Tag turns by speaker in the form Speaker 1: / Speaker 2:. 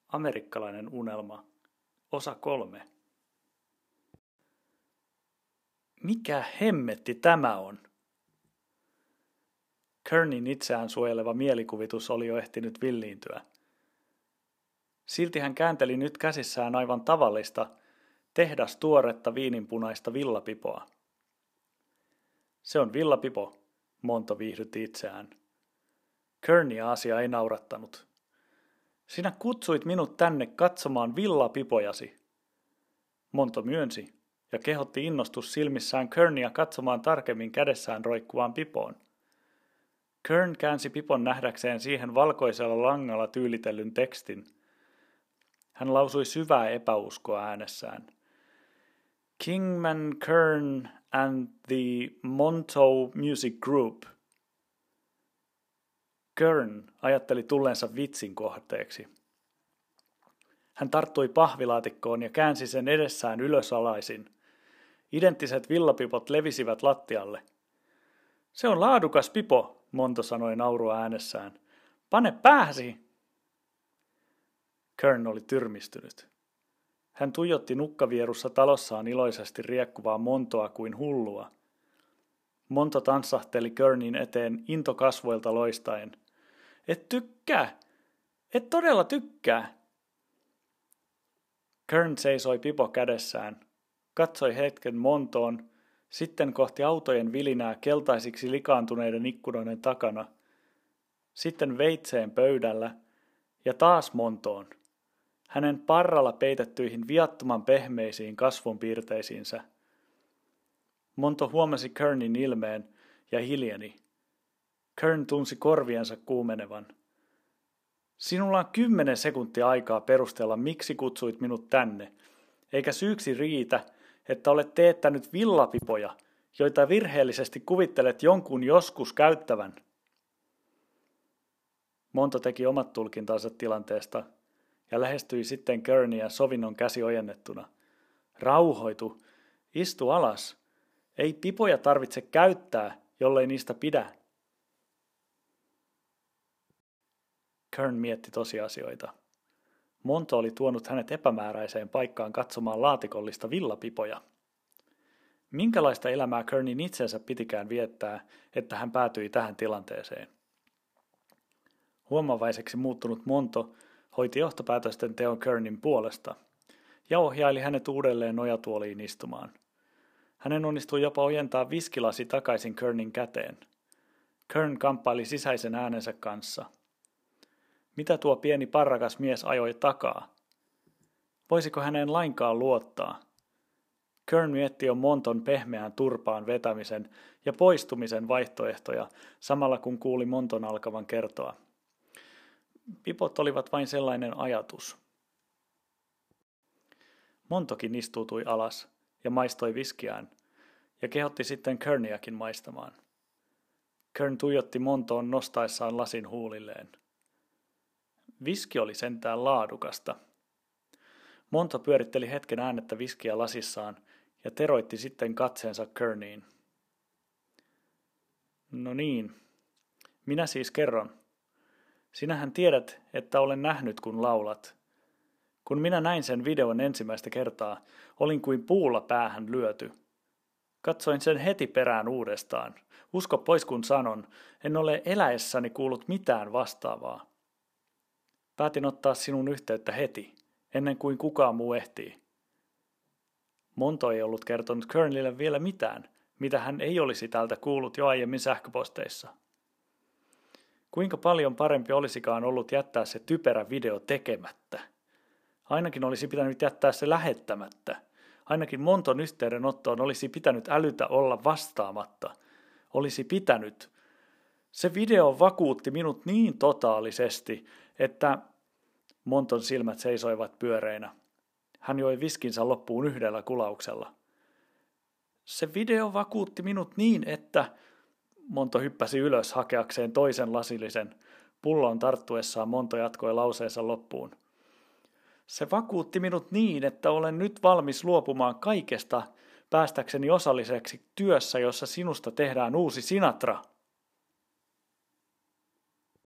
Speaker 1: Amerikkalainen unelma, osa 3. Mikä hemmetti tämä on? Kernin itseään suojeleva mielikuvitus oli jo ehtinyt villiintyä. Silti hän käänteli nyt käsissään aivan tavallista, tehdastuoretta viininpunaista villapipoa. Se on villapipo, Monto viihdytti itseään. Kernia asia ei naurattanut. Sinä kutsuit minut tänne katsomaan villapipojasi. Monto myönsi ja kehotti innostus silmissään Kernia katsomaan tarkemmin kädessään roikkuvaan pipoon. Kern käänsi pipon nähdäkseen siihen valkoisella langalla tyylitellyn tekstin. Hän lausui syvää epäuskoa äänessään. Kingman Kern and the Monto Music Group. Kern ajatteli tulleensa vitsin kohteeksi. Hän tarttui pahvilaatikkoon ja käänsi sen edessään ylösalaisin. Identtiset villapipot levisivät lattialle. Se on laadukas pipo, Monto sanoi naurua äänessään. Pane pääsi! Kern oli tyrmistynyt. Hän tuijotti nukkavierussa talossaan iloisesti riekkuvaa Montoa kuin hullua. Monto tanssahteli Kernin eteen into kasvoilta loistaen. Et tykkää! Et todella tykkää! Kern seisoi pipo kädessään, katsoi hetken Montoon, sitten kohti autojen vilinää keltaisiksi likaantuneiden ikkunoiden takana, sitten veitseen pöydällä ja taas Montoon, hänen parralla peitettyihin viattoman pehmeisiin kasvonpiirteisiinsä. Monto huomasi Kernin ilmeen ja hiljeni. Kern tunsi korviensa kuumenevan. Sinulla on 10 sekuntia aikaa perustella, miksi kutsuit minut tänne, eikä syyksi riitä, että olet teettänyt villapipoja, joita virheellisesti kuvittelet jonkun joskus käyttävän. Monto teki omat tulkintansa tilanteesta ja lähestyi sitten Kernia sovinnon käsi ojennettuna. Rauhoitu, istu alas. Ei pipoja tarvitse käyttää, jollei niistä pidä. Kern mietti tosiasioita. Monto oli tuonut hänet epämääräiseen paikkaan katsomaan laatikollista villapipoja. Minkälaista elämää Kernin itsensä pitikään viettää, että hän päätyi tähän tilanteeseen? Huomavaiseksi muuttunut Monto hoiti johtopäätösten teon Kernin puolesta ja ohjaili hänet uudelleen nojatuoliin istumaan. Hänen onnistui jopa ojentaa viskilasi takaisin Kernin käteen. Kern kamppaili sisäisen äänensä kanssa. Mitä tuo pieni parrakas mies ajoi takaa? Voisiko häneen lainkaan luottaa? Kern mietti jo Monton pehmeään turpaan vetämisen ja poistumisen vaihtoehtoja, samalla kun kuuli Monton alkavan kertoa. Pipot olivat vain sellainen ajatus. Montokin istuutui alas ja maistoi viskiään, ja kehotti sitten Kerniäkin maistamaan. Kern tuijotti Montoon nostaessaan lasin huulilleen. Viski oli sentään laadukasta. Monto pyöritteli hetken äänettä viskiä lasissaan ja teroitti sitten katseensa Kerniin. No niin, minä siis kerron. Sinähän tiedät, että olen nähnyt kun laulat. Kun minä näin sen videon ensimmäistä kertaa, olin kuin puulla päähän lyöty. Katsoin sen heti perään uudestaan. Usko pois kun sanon, en ole eläessäni kuullut mitään vastaavaa. Päätin ottaa sinun yhteyttä heti, ennen kuin kukaan muu ehtii. Monto ei ollut kertonut Kernille vielä mitään, mitä hän ei olisi tältä kuullut jo aiemmin sähköposteissa. Kuinka paljon parempi olisikaan ollut jättää se typerä video tekemättä? Ainakin olisi pitänyt jättää se lähettämättä. Ainakin Monton yhteydenottoon olisi pitänyt älytä olla vastaamatta. Olisi pitänyt. Se video vakuutti minut niin totaalisesti, että Monton silmät seisoivat pyöreinä. Hän joi viskinsä loppuun yhdellä kulauksella. Se video vakuutti minut niin, että Monto hyppäsi ylös hakeakseen toisen lasillisen. Pulloon tarttuessaan Monto jatkoi lauseensa loppuun. Se vakuutti minut niin, että olen nyt valmis luopumaan kaikesta päästäkseni osalliseksi työssä, jossa sinusta tehdään uusi Sinatra.